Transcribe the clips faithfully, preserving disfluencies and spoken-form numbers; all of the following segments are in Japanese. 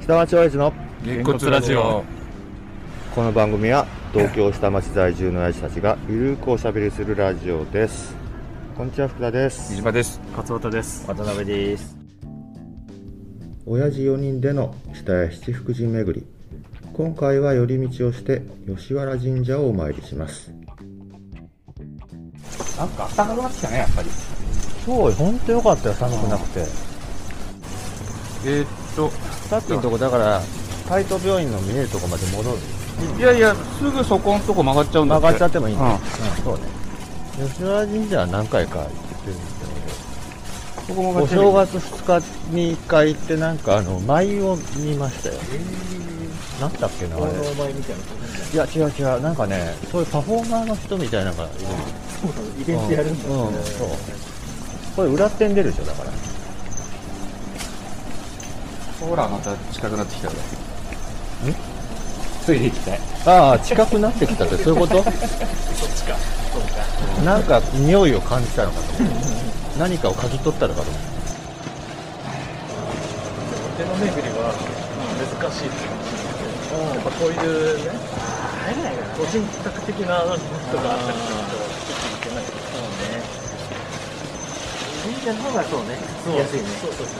下町親父のげんこつラジオ。 この番組は東京下町在住の親父たちがゆるくおしゃべりするラジオです。こんにちは、福田です。 飯島です。 勝俣です。 渡辺です。 親父よにんでの下屋七福神巡り。今回は寄り道をして吉原神社をお参りします。 なんか暖かくなってきたね、やっぱり。 そう、ほんとよかったよ、寒くなくて。 えー、っとさっきのとこだから台東病院の見えるとこまで戻る。 いやいや、すぐそこのとこ曲がっちゃうんだって。 曲がっちゃってもいいんだ、 うんうん、そうね。吉原神社は何回か行ってるんですけど、 そこもお正月ふつかにいっかい行ってなんかあの舞を見ましたよ。なんだっけな、あれ。いや違う違う、なんかね、そういうパフォーマーの人みたいなのがいるんです。 イベントやるんだね、 うんうん、そう。これ裏手に出るでしょ、だから。 ほら、また近くなってきたよ。んついていきたい。 ああ、近くなってきたってそういうことそっちか。そうか。なんか匂いを感じたのかと思う。何かを嗅ぎ取ったのかと思う。 手の巡りは難しいっていうかもしれないけど、やっぱこういうね、個人宅的な人があったりするとちょっといけない。そうね。 神社の方がそうね、 そう安いね。 そうそうそう。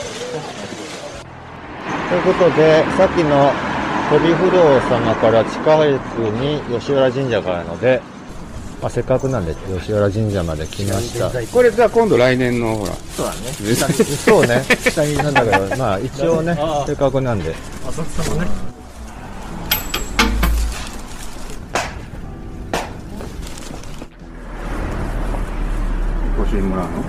ということで、さっきの飛び不動様から近くに吉原神社があるので、まあ、せっかくなんで吉原神社まで来ました。 これじゃあ今度来年のほら。 そうだね。 そうね、下になんだけど、まあ一応ね、せっかくなんで。 浅草もね。 御朱印もらうの？ うん。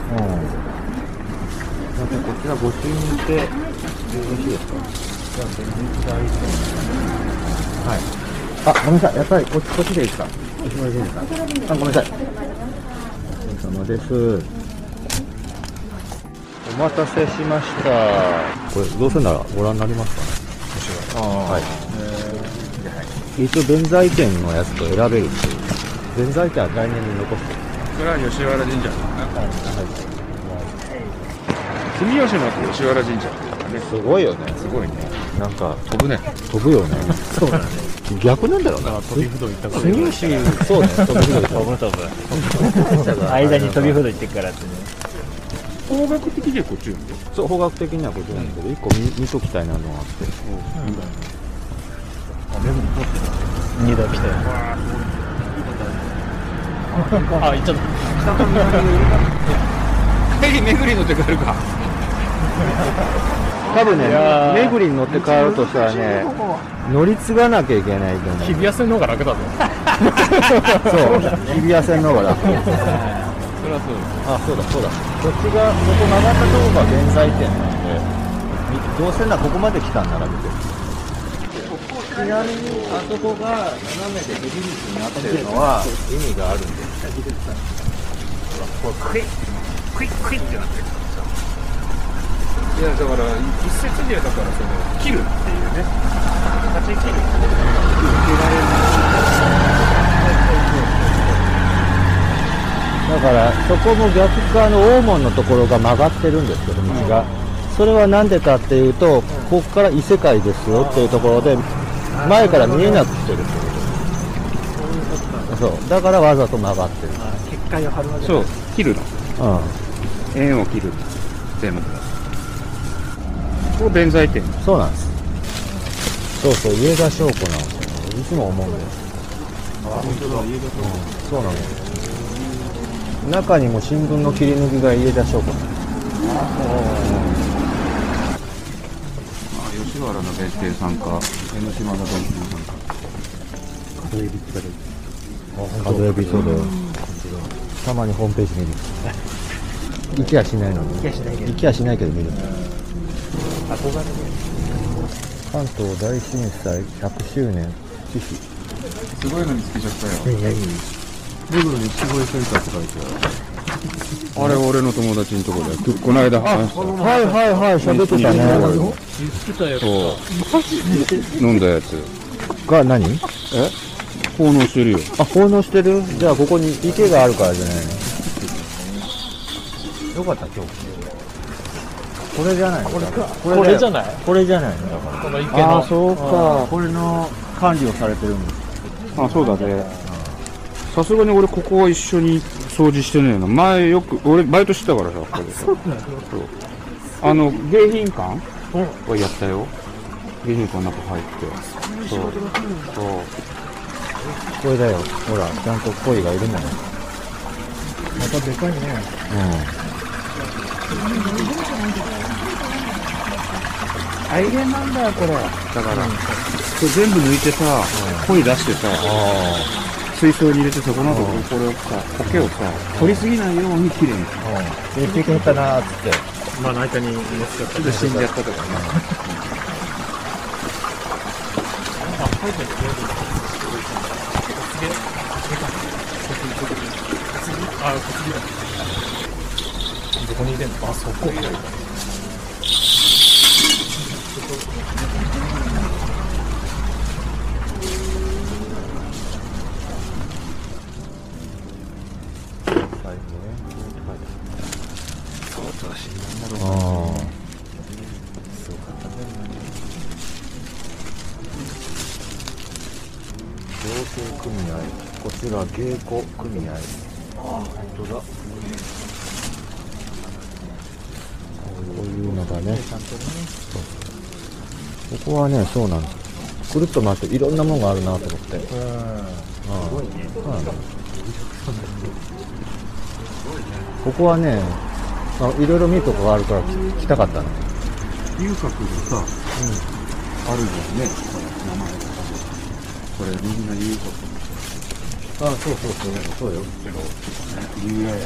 なんかこちらご朱印ってよろしいですか？じゃあ現在はい。あ、ごめんなさい。やっぱりこっちこっちでいいですか？吉村神社さん。あ、ごめんなさい。お疲れ様です。お待たせしました。これどうせならご覧になりますかね？はい。一応弁財天のやつと選べるっていう。弁財天は来年に残してる。 これは吉原神社だな。 はい。 住吉の吉原神社っていうかね。 すごいよね。 すごいね。 なんか飛ぶね。 飛ぶよね。そうだね。逆なんだろうな。 飛び不動行ったから。 住吉、そうね。飛び不動飛ぶ飛ぶ。間に飛び不動行ってからってね。 方角的にはこっちなんだよ。 そう、方角的にはこっちなんだけど、一個見見ときたいなのがあって。 二度来たよ。 あ、行っちゃった。 帰り巡りの手があるか。 多分ね、巡りに乗って帰ろうとしたらね、乗り継がなきゃいけないと思う。 日比谷線の方が楽だぞ。 そう、日比谷線の方が楽。 それはそう。 あ、そうだそうだ。こっちが、ここ曲がったところが弁財天なんで、どうせならここまで来たんなら見て。ちなみに、あそこが斜めで出入り口になってるのは意味があるんです。 これクイックイックイッってなってる。 いやだから一説にはだからその切るっていうね。 形切る。 だからそこも逆側の大門のところが曲がってるんですけど、道が、それは何でかっていうと、ここから異世界ですよっていうところで前から見えなくしてるってこと。そうだからわざと曲がってる。 結界を張るわけ。 そう、切るの。 うん、 円を切る。全部。ここ弁財天。 そうなんです。そうそう、家田商庫なんですよ。いつも思うんです。 あ、本当だ、家だと。 そうなんです。中にも新聞の切り抜きが家田商庫なんです。 まあ吉原の弁天さんか江ノ島の弁天さんか。 数え人が出る。 数え人で、たまにホームページ見る。行きゃしないのに。 行きゃしないけど。 行きゃしないけど見る。 憧れね。 関東大震災ひゃくしゅうねん忌避。 すごいの見つけちゃったよ。 何何？ 目黒に七五センターって書いてある。 あれ俺の友達のところでこの間話した。 はいはいはい、喋ってたね。 言ってたやつ。 そう飲んだやつが何？え？ 奉納してるよ。 あ、奉納してる？じゃあここに池があるからじゃないの？よかった今日。 これじゃないの？ これかこれこれじゃないこれじゃないの？だからこの池のああ、そうか。これの管理をされてるんです。 あ、そうだね。さすがに俺ここは一緒に掃除してねえな。前よく、俺バイトしてたからさ、ここでさ。そうあの、迎賓館はやったよ。迎賓館の中入って。そう。そう。 これだよ。ほら、ちゃんと鯉がいるもん。 またでかいね。 大変なんだよ、これ。だから、これ全部抜いてさ、鯉出してさ、水槽に入れてさ、この後これをさ、苔をさ、取りすぎないように綺麗にさ。 うん。で、ピクったなーっつって。 まあ、間に乗っちゃった。 ちょっと死んじゃったとかね。 あ、入ってる。あ、こっちだ。どこにいてんの？あ、そこ。 ああ。行政組合、こちら芸妓組合。ああ、本当だ。こういうのがね。ここはね、そうなんです。くるっと回っていろんなものがあるなと思って。うん。すごいね。ここはね、あ、いろいろ見るとこがあるから来たかったね。 遊郭でさ、うん、あるじゃんね、名前とか。これみんな遊郭。 あ、そうそうそう、そうよ。 竜屋や。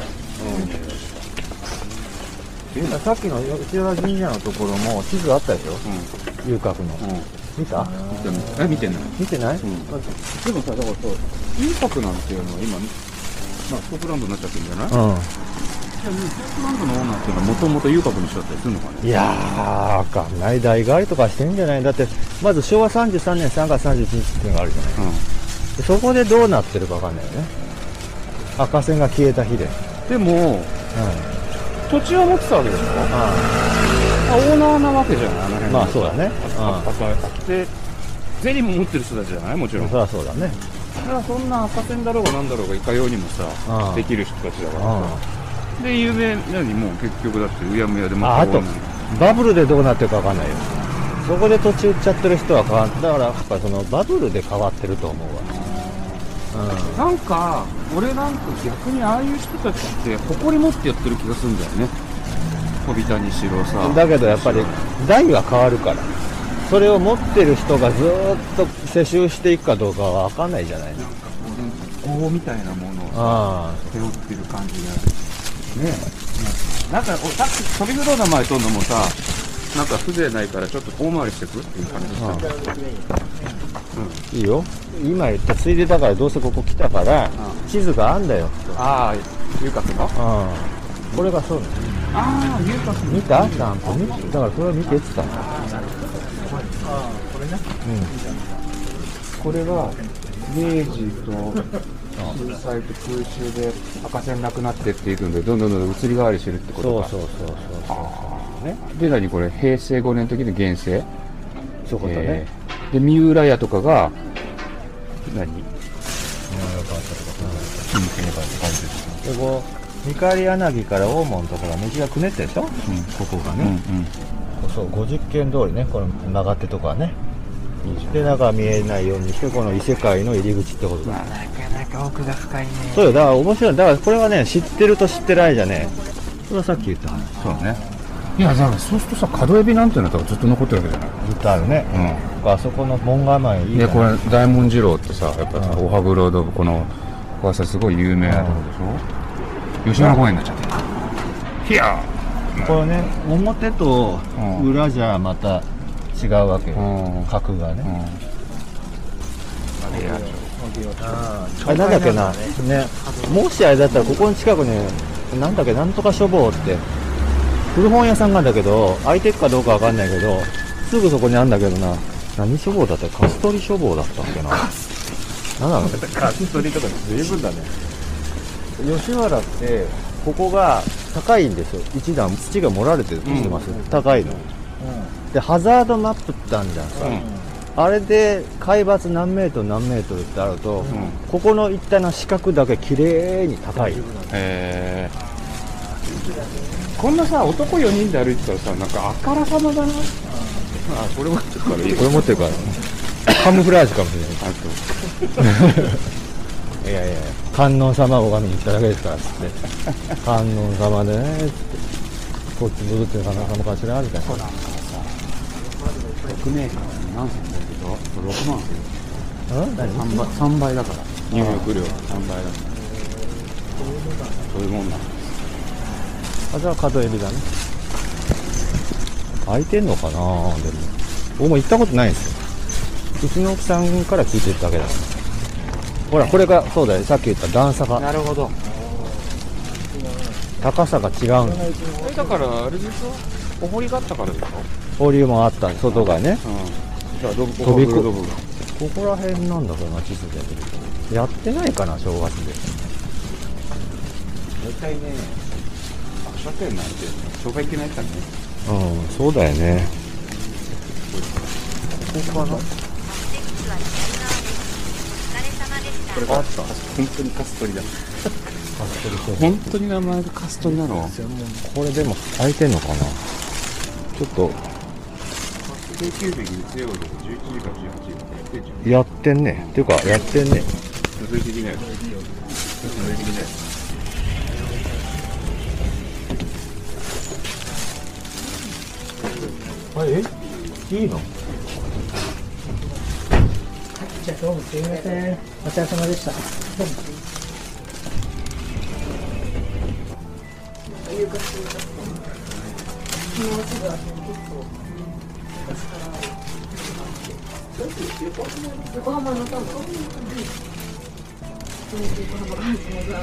うん。さっきの吉原神社のところも地図あったでしょ。うん。遊郭の。うん。見た？ 見てない。え、見てない。 見てない？うん。 でもさ、だからさ、遊郭なんていうのは今、まあ、スコップランドになっちゃってるんじゃない？うん。じゃあ、スコップランドのオーナーっていうのはもともと遊郭にしちゃったりするのかね？ いやー、わかんない。代替わりとかしてんじゃない？だって、まずしょうわさんじゅうさんねんさんがつさんじゅういちにちっていうのがあるじゃない。うん。でそこでどうなってるかわかんないよね。赤線が消えた日で。 でも、うん。土地は持ってたわけでしょ？ああ。オーナーなわけじゃない、あの辺。 まあ、そうだね。 うん。で、ゼリーも持ってる人たちじゃない？もちろん。 そりゃそうだね。 だからそんな赤線だろうがなんだろうがいかようにもさ、できる人たちだからさ。で、有名なにもう結局だってうやむやでもあ、あと、バブルでどうなってるかわかんないよ。そこで土地売っちゃってる人は変わんだから、やっぱりそのバブルで変わってると思うわ。 うん。なんか、俺なんか逆にああいう人たちって誇り持ってやってる気がするんだよね。小びたにしろさ。 だけどやっぱり代が変わるから。それを持ってる人がずーっと世襲していくかどうかは分かんないじゃないの。 なんかこう、こうみたいなものをさ、背負ってる感じがねえ。なんか、さっき飛び不動の前飛んのもさ、なんか風情ないからちょっと遠回りしてくっていう感じしたんだ。 うん。いいよ。今言ったついでだからどうせここ来たから、地図があんだよ。ああ、遊郭の？ うん。これがそうなの。 ああ、遊郭見た？ちゃんと見て。だからそれは見てって言ったの。 あ、これね。 うん。 これは明治と震災と空襲で赤線なくなってっていくんで、どんどんどんどん移り変わりしてるってことか。 そうそうそうそうそう。 ね。で、何これ平成ごねんの時の原生？ そういうことね。 えー、で、三浦屋とかが何？ 金券が書いてる。で、こう三狩柳から大門のところは道がくねってるでしょ。うん、ここがね。うんうん。そうごじゅっけん通りね、この曲がってとこはね。で、中が見えないようにして、この異世界の入り口ってことだ。 なかなか奥が深いね。 そうよ、だから面白い。だからこれはね、知ってると知ってないじゃね。それはさっき言った話。 そうね。いや、だからそうするとさ、角エビなんてのはずっと残ってるわけじゃない。 ずっとあるね。うん。あそこの門構えいいね。 で、これ大文次郎ってさ、やっぱさ、おはぐろどこの、ここはさ、すごい有名なとこでしょ。吉原公園になっちゃってる。ひやー。 これね、表と裏じゃまた違うわけよ。角がね。あれなんだっけな、ね、もしあれだったらここの近くになんだっけ、なんとか書房って古本屋さんがあるんだけど、空いてるかどうかわかんないけど、すぐそこにあるんだけどな、何書房だったっけ、カストリ書房だったっけな。なんだろう、カストリとか随分だね。吉原ってここが高いんですよ。一段土が盛られてるとしてます、うん、高いの、うん、でハザードマップってあるじゃんさ、うん、あれで海抜何メートル何メートルってあると、うん、ここの一帯の四角だけ綺麗に高い。 へー。こんなさ男よにんで歩いてたらさ、なんかあからさまだな。あ、これ持ってるからいい。 これ持ってるからカムフラージュかもしれない。あといやいや観音様を拝みに行っただけですからっつって観音様でねってこっち戻って観音様かしらみたいな。 そうなんかさ、ろくメーカー何千だけどろくまんする。何 3, 倍さんばいだから、入浴料さんばいだから、そういうもんなんです。 あ、じゃあ角エビだね。開いてんのかな。でも僕も行ったことないんですよ。うちの奥さんから聞いてるだけだ。ほらこれがそうだよ、さっき言った段差が。 なるほど。 高さが違うんだ。 え、だからあれでしょ、お堀があったからでしょ。 お堀もあった外がね、 うん、じゃあドブ飛びこドブがここら辺なんだろうな、地図で見ると。やってないかな正月で。 大体ね、書店なんて障害いけないからね。 うん、そうだよね。ここかな。 これがあった。本当にカストリだ。本当に名前がカストリなの。 これでも開いてんのかな。ちょっと定休日月曜日じゅういちじからじゅうはちじまでやってんじゃん。 やってんね。っていうかやってんね。 続いてきない。続いてきない。 あれ、いいの？ じゃあどうもすいません。お疲れ様でした。 横浜の多分横浜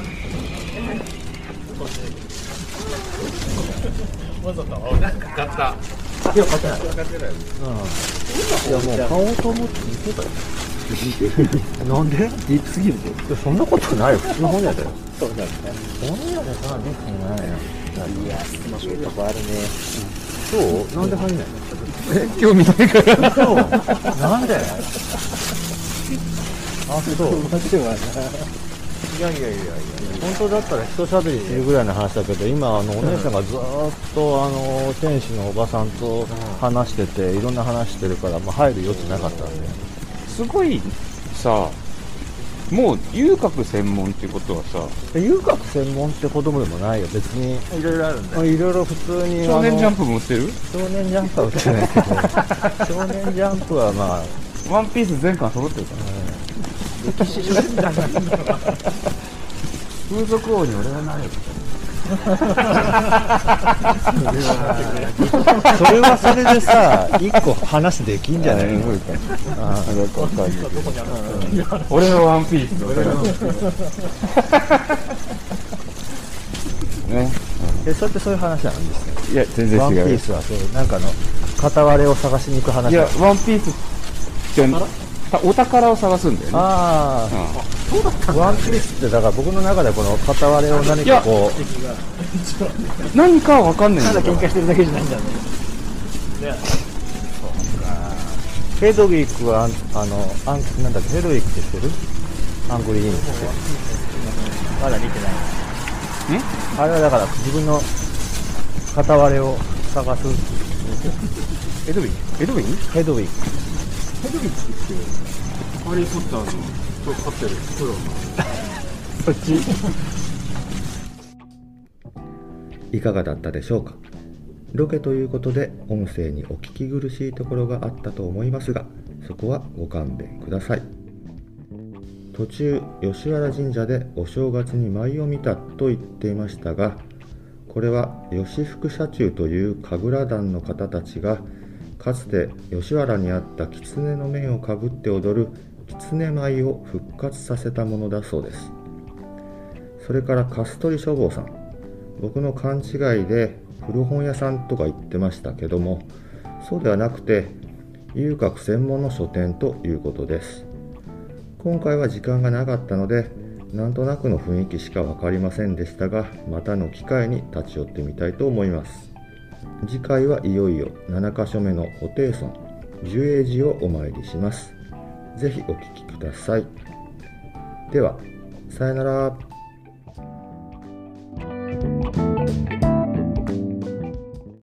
わざとなんか買った。 いや買ってない。買ってない。うん。いやもう買おうと思って見てたよ。なんで？ディープすぎるで。そんなことないよ。普通の本屋だよ。 そうなんだ。 本屋でさ、ディープないよ。 いや、そういうとこあるね。 そう？なんで入んないの？ え、興味ないから。 そう。なんで？あ、そう。いやいやいやいや、本当だったら一喋りするぐらいの話だけど、今あのお姉さんがずーっとあの店主のおばさんと話してて、いろんな話してるから、まあ、入る余地なかったんで。 すごいさ、もう遊郭専門っていうことはさ、 遊郭専門ってことでもないよ、別に。 いろいろあるんだ。 いろいろ普通に。 少年ジャンプも売ってる？ 少年ジャンプは売ってないけど、少年ジャンプはまあ、 ワンピース全巻揃ってるから。 歴史書だな。 風俗王に俺はなるよ。 それはそれでさ、一個話できんじゃないの？ 俺のワンピースね。 え、それってそういう話なんですよ。 いや全然違う。 ワンピースはそうなんかの片割れを探しに行く話。 いやワンピースってお宝を探すんだよね。 ああ、そうだった。ワンピースってだから僕の中でこの片割れを何かこう何かは分かんないんだただ喧嘩してるだけじゃないんだね。 ヘドウィックはあのあんなんだっけ、ヘドウィックって知ってる？アングリーインって。 まだ見てない。 ん？ あれはだから自分の片割れを探す。 エドウィン？エドウィン？ ヘドウィック。 ヘドウィックってハリー・ポッターのと飼ってるプロのそっち。いかがだったでしょうか。ロケということで音声にお聞き苦しいところがあったと思いますが、そこはご勘弁ください。途中吉原神社でお正月に舞を見たと言っていましたが、これは吉福社中という神楽団の方たちがかつて吉原にあった狐の面をかぶって踊る狐舞を復活させたものだそうです。それからカストリ書房さん、僕の勘違いで古本屋さんとか言ってましたけども、そうではなくて遊郭専門の書店ということです。今回は時間がなかったのでなんとなくの雰囲気しか分かりませんでしたが、またの機会に立ち寄ってみたいと思います。次回はいよいよななかしょめの布袋尊寿永寺をお参りします。ぜひお聞きください。では、さよなら。